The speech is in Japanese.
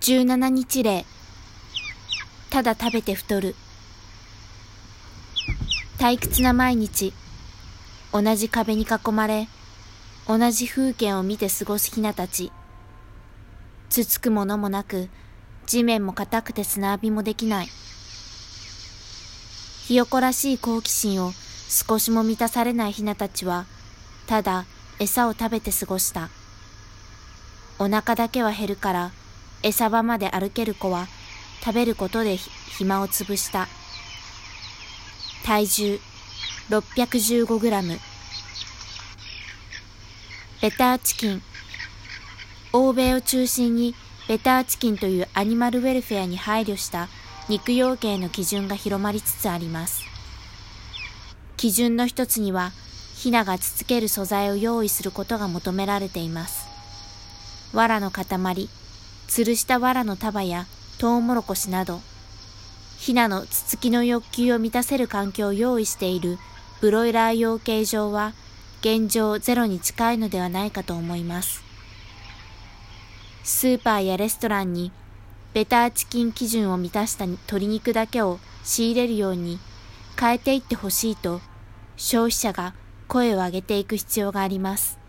17日例。ただ食べて太る。退屈な毎日。同じ壁に囲まれ、同じ風景を見て過ごすヒナたち。つつくものもなく、地面も硬くて砂浴びもできない。ひよこらしい好奇心を少しも満たされないヒナたちは、ただ餌を食べて過ごした。お腹だけは減るから、餌場まで歩ける子は食べることで暇をつぶした。体重615グラム。ベターチキン。欧米を中心にベターチキンというアニマルウェルフェアに配慮した肉養鶏の基準が広まりつつあります。基準の一つには、ヒナがつつける素材を用意することが求められています。藁の塊、吊るした藁の束やトウモロコシなど、ヒナのつつきの欲求を満たせる環境を用意しているブロイラー養鶏場は現状ゼロに近いのではないかと思います。スーパーやレストランにベターチキン基準を満たした鶏肉だけを仕入れるように変えていってほしいと消費者が声を上げていく必要があります。